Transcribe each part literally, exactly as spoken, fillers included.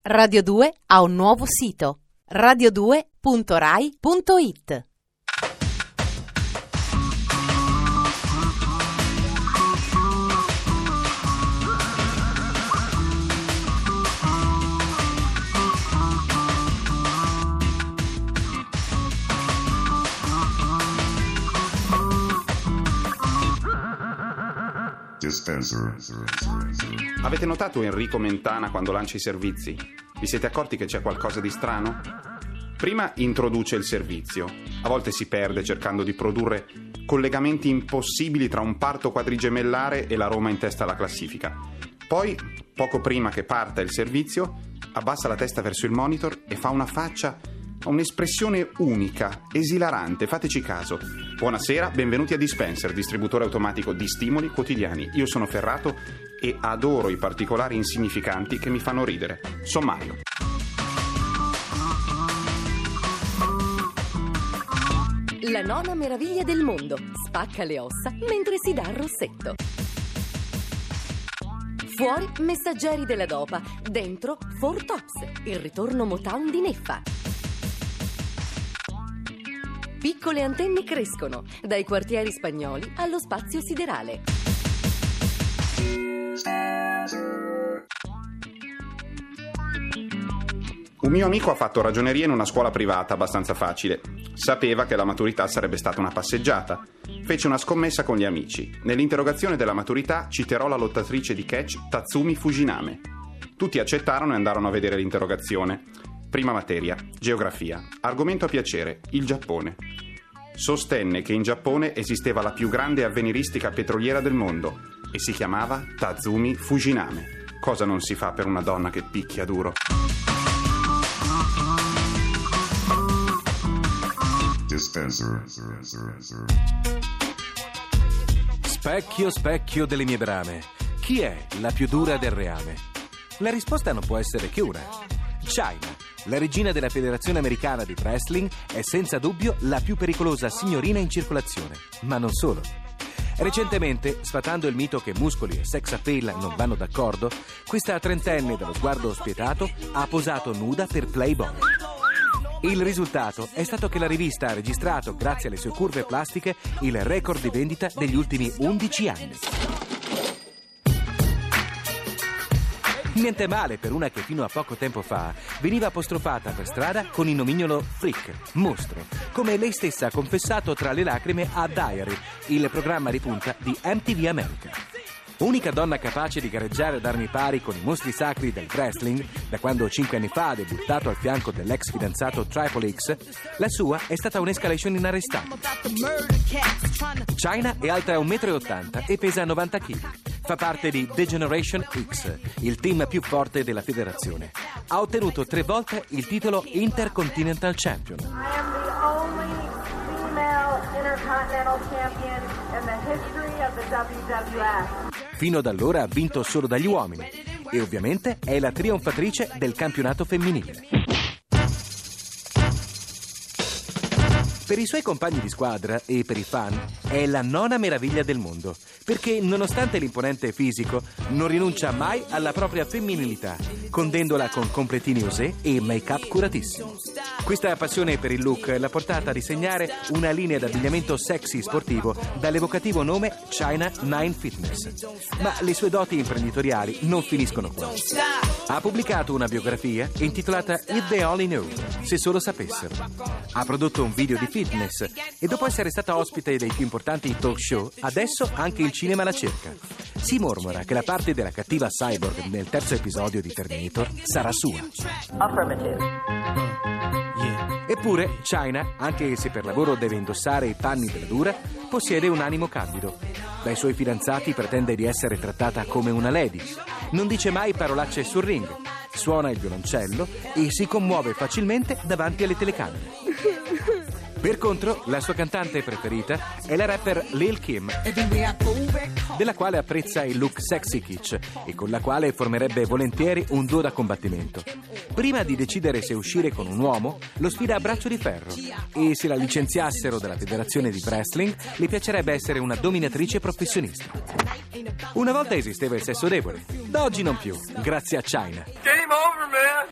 Radio due ha un nuovo sito: radio due punto rai punto it. Dispenser. Avete notato Enrico Mentana quando lancia i servizi? Vi siete accorti che c'è qualcosa di strano? Prima introduce il servizio. A volte si perde cercando di produrre collegamenti impossibili tra un parto quadrigemellare e la Roma in testa alla classifica. Poi, poco prima che parta il servizio, abbassa la testa verso il monitor e fa una faccia, un'espressione unica, esilarante. Fateci caso. Buonasera, benvenuti a Dispenser, distributore automatico di stimoli quotidiani. Io sono Ferrato e adoro i particolari insignificanti che mi fanno ridere. Sommario. La nona meraviglia del mondo spacca le ossa mentre si dà il rossetto. Fuori, messaggeri della dopa. Dentro, Four Tops, il ritorno Motown di Neffa. Piccole antenne crescono, dai quartieri spagnoli allo spazio siderale. Un mio amico ha fatto ragioneria in una scuola privata abbastanza facile. Sapeva che la maturità sarebbe stata una passeggiata. Fece una scommessa con gli amici. Nell'interrogazione della maturità citerò la lottatrice di catch Tatsumi Fujiname. Tutti accettarono e andarono a vedere l'interrogazione. Prima materia, geografia. Argomento a piacere, il Giappone. Sostenne che in Giappone esisteva la più grande avveniristica petroliera del mondo e si chiamava Tatsumi Fujiname. Cosa non si fa per una donna che picchia duro? Dispenser. Specchio, specchio delle mie brame, chi è la più dura del reame? La risposta non può essere che una: China. La regina della Federazione Americana di Wrestling è senza dubbio la più pericolosa signorina in circolazione. Ma non solo. Recentemente, sfatando il mito che muscoli e sex appeal non vanno d'accordo, questa trentenne dallo sguardo spietato ha posato nuda per Playboy. Il risultato è stato che la rivista ha registrato, grazie alle sue curve plastiche, il record di vendita degli ultimi undici anni. Niente male per una che fino a poco tempo fa veniva apostrofata per strada con il nomignolo freak, mostro, come lei stessa ha confessato tra le lacrime a Diary, il programma di punta di M T V America. Unica donna capace di gareggiare ad armi pari con i mostri sacri del wrestling, da quando cinque anni fa ha debuttato al fianco dell'ex fidanzato Triple X, la sua è stata un'escalation inarrestabile. China è alta un metro e ottanta e pesa novanta chilogrammi. Fa parte di The Generation X, il team più forte della federazione. Ha ottenuto tre volte il titolo Intercontinental Champion. I am the only female Intercontinental Champion in the history of the W W F. Fino ad allora ha vinto solo dagli uomini e ovviamente è la trionfatrice del campionato femminile. Per i suoi compagni di squadra e per i fan è la nona meraviglia del mondo, perché nonostante l'imponente fisico non rinuncia mai alla propria femminilità, condendola con completini osè e make-up curatissimo. Questa passione per il look l'ha portata a disegnare una linea d'abbigliamento sexy sportivo dall'evocativo nome China Nine Fitness. Ma le sue doti imprenditoriali non finiscono qua. Ha pubblicato una biografia intitolata If They Only Knew, se solo sapessero. Ha prodotto un video di fitness e dopo essere stata ospite dei più importanti talk show, adesso anche il cinema la cerca. Si mormora che la parte della cattiva cyborg nel terzo episodio di Terminator sarà sua. Eppure China, anche se per lavoro deve indossare i panni della dura, possiede un animo candido. Dai suoi fidanzati pretende di essere trattata come una lady. Non dice mai parolacce sul ring, suona il violoncello e si commuove facilmente davanti alle telecamere. Per contro, la sua cantante preferita è la rapper Lil Kim, della quale apprezza il look sexy kitsch e con la quale formerebbe volentieri un duo da combattimento. Prima di decidere se uscire con un uomo, lo sfida a braccio di ferro e se la licenziassero dalla federazione di wrestling, le piacerebbe essere una dominatrice professionista. Una volta esisteva il sesso debole, da oggi non più, grazie a China. Game over, man.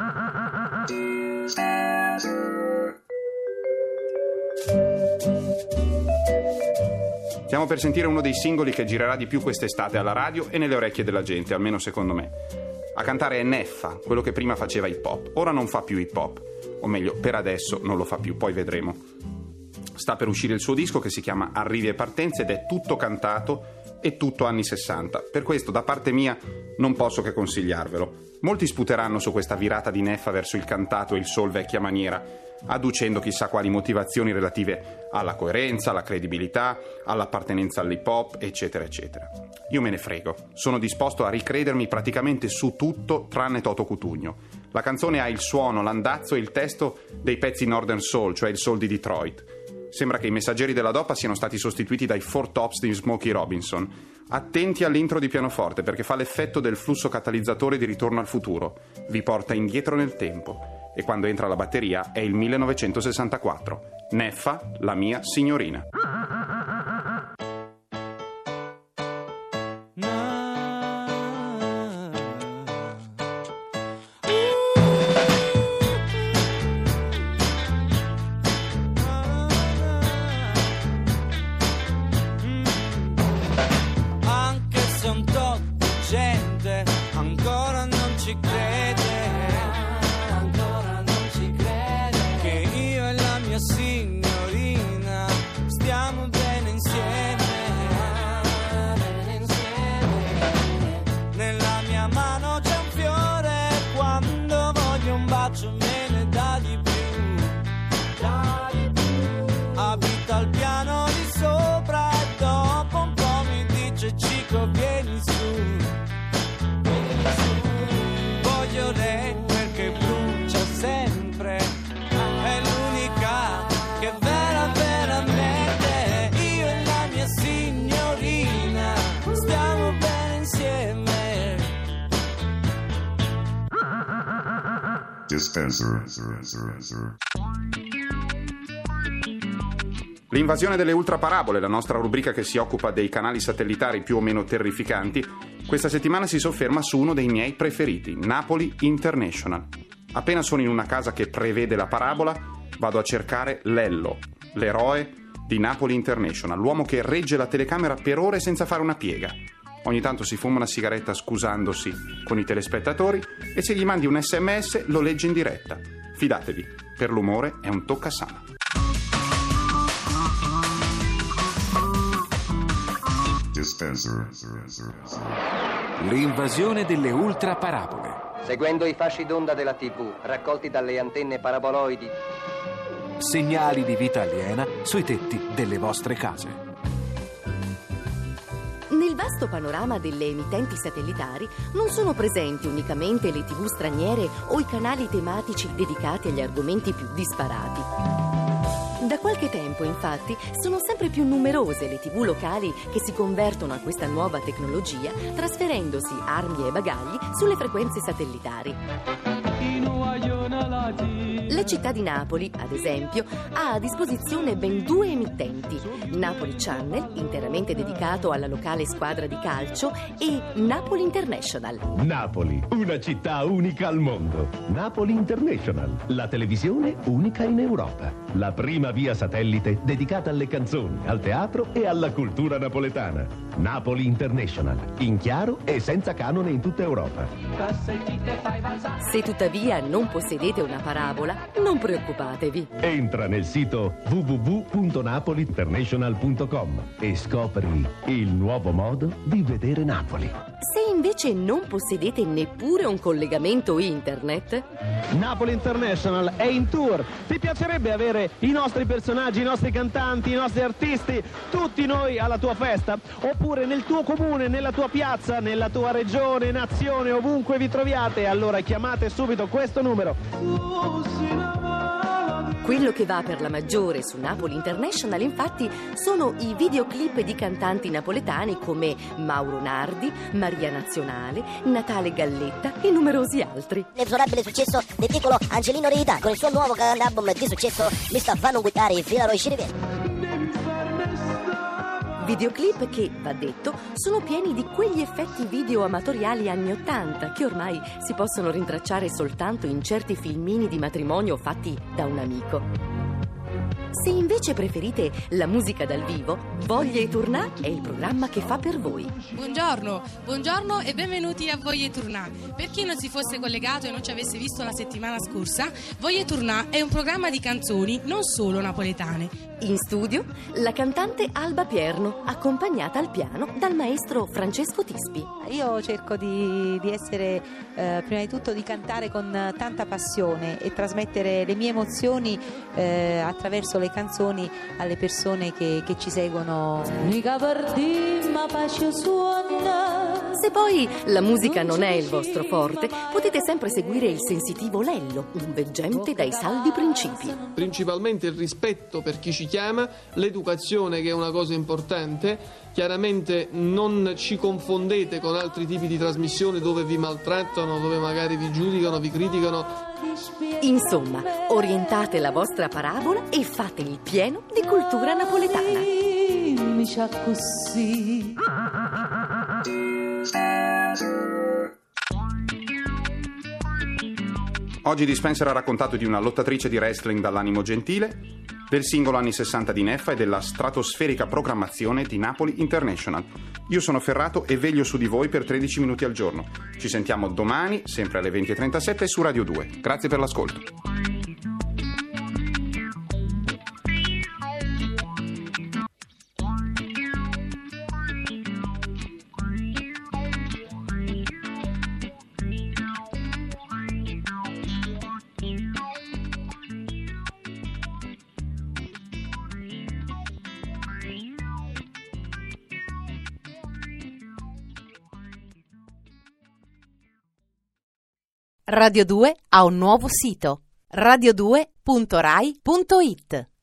Stiamo per sentire uno dei singoli che girerà di più quest'estate alla radio e nelle orecchie della gente, almeno secondo me. A cantare è Neffa, quello che prima faceva hip hop. Ora non fa più hip hop, o meglio, per adesso non lo fa più, poi vedremo. Sta per uscire il suo disco che si chiama Arrivi e Partenze ed è tutto cantato e tutto anni sessanta. Per questo, da parte mia, non posso che consigliarvelo. Molti sputeranno su questa virata di Neffa verso il cantato e il soul vecchia maniera, adducendo chissà quali motivazioni relative alla coerenza, alla credibilità, all'appartenenza all'hip hop, eccetera, eccetera. Io me ne frego. Sono disposto a ricredermi praticamente su tutto tranne Toto Cutugno. La canzone ha il suono, l'andazzo e il testo dei pezzi Northern Soul, cioè il soul di Detroit. Sembra che i messaggeri della dopa siano stati sostituiti dai Four Tops di Smokey Robinson. Attenti all'intro di pianoforte perché fa l'effetto del flusso catalizzatore di Ritorno al futuro. Vi porta indietro nel tempo. E quando entra la batteria è il millenovecentosessantaquattro. Neffa, la mia signorina. Anche se un tot di gente ancora non ci crede, signorina, stiamo bene insieme. Nella mia mano c'è un fiore, quando voglio un bacio me ne dà di più. Abita al piano di sopra e dopo un po' mi dice Cico vieni su. Voglio lei perché brucia sempre, è l'unica che vera veramente, io e la mia signorina stiamo bene insieme. Dispenser. L'invasione delle ultraparabole, la nostra rubrica che si occupa dei canali satellitari più o meno terrificanti, questa settimana si sofferma su uno dei miei preferiti, Napoli International. Appena sono in una casa che prevede la parabola, vado a cercare Lello, l'eroe di Napoli International, l'uomo che regge la telecamera per ore senza fare una piega. Ogni tanto si fuma una sigaretta scusandosi con i telespettatori e se gli mandi un sms lo legge in diretta. Fidatevi, per l'umore è un toccasana. Dispenser. L'invasione delle ultraparabole. Seguendo i fasci d'onda della tivù, raccolti dalle antenne paraboloidi. Segnali di vita aliena sui tetti delle vostre case. Nel vasto panorama delle emittenti satellitari non sono presenti unicamente le tivù straniere o i canali tematici dedicati agli argomenti più disparati. Da qualche tempo, infatti, sono sempre più numerose le tivù locali che si convertono a questa nuova tecnologia, trasferendosi armi e bagagli sulle frequenze satellitari. La città di Napoli, ad esempio, ha a disposizione ben due emittenti: Napoli Channel, interamente dedicato alla locale squadra di calcio, e Napoli International. Napoli, una città unica al mondo. Napoli International, la televisione unica in Europa. La prima via satellite dedicata alle canzoni, al teatro e alla cultura napoletana. Napoli International, in chiaro e senza canone in tutta Europa. Se tuttavia non possedete una parabola, non preoccupatevi. Entra nel sito w w w punto napoli international punto com e scopri il nuovo modo di vedere Napoli. Se invece non possedete neppure un collegamento internet, Napoli International è in tour. Ti piacerebbe avere i nostri personaggi, i nostri cantanti, i nostri artisti, tutti noi alla tua festa? Oppure nel tuo comune, nella tua piazza, nella tua regione, nazione, ovunque vi troviate? Allora chiamate subito questo numero. Quello che va per la maggiore su Napoli International, infatti, sono i videoclip di cantanti napoletani come Mauro Nardi, Maria Nazionale, Natale Galletta e numerosi altri. L'inesorabile successo del piccolo Angelino Eredità con il suo nuovo grande album di successo Mi sta fanno guidare fino a Roi Scirivieri. Videoclip che, va detto, sono pieni di quegli effetti video amatoriali anni ottanta che ormai si possono rintracciare soltanto in certi filmini di matrimonio fatti da un amico. Se invece preferite la musica dal vivo, Voglie Tournà è il programma che fa per voi. Buongiorno, buongiorno e benvenuti a Voglie Tournà. Per chi non si fosse collegato e non ci avesse visto la settimana scorsa, Voglie Tournà è un programma di canzoni non solo napoletane. In studio, la cantante Alba Pierno, accompagnata al piano dal maestro Francesco Tispi. Io cerco di, di essere, eh, prima di tutto, di cantare con tanta passione e trasmettere le mie emozioni eh, attraverso le canzoni alle persone che, che ci seguono. Se poi la musica non è il vostro forte, potete sempre seguire il sensitivo Lello, un veggente dai saldi principi. Principalmente il rispetto per chi ci chiama, l'educazione che è una cosa importante. Chiaramente non ci confondete con altri tipi di trasmissioni dove vi maltrattano, dove magari vi giudicano, vi criticano. Insomma, orientate la vostra parabola e fate il pieno di cultura napoletana. Oggi Dispenser ha raccontato di una lottatrice di wrestling dall'animo gentile, del singolo anni sessanta di Neffa e della stratosferica programmazione di Napoli International. Io sono Ferrato e veglio su di voi per tredici minuti al giorno. Ci sentiamo domani, sempre alle venti e trentasette su Radio due. Grazie per l'ascolto. Radio due ha un nuovo sito: radio due punto rai punto it.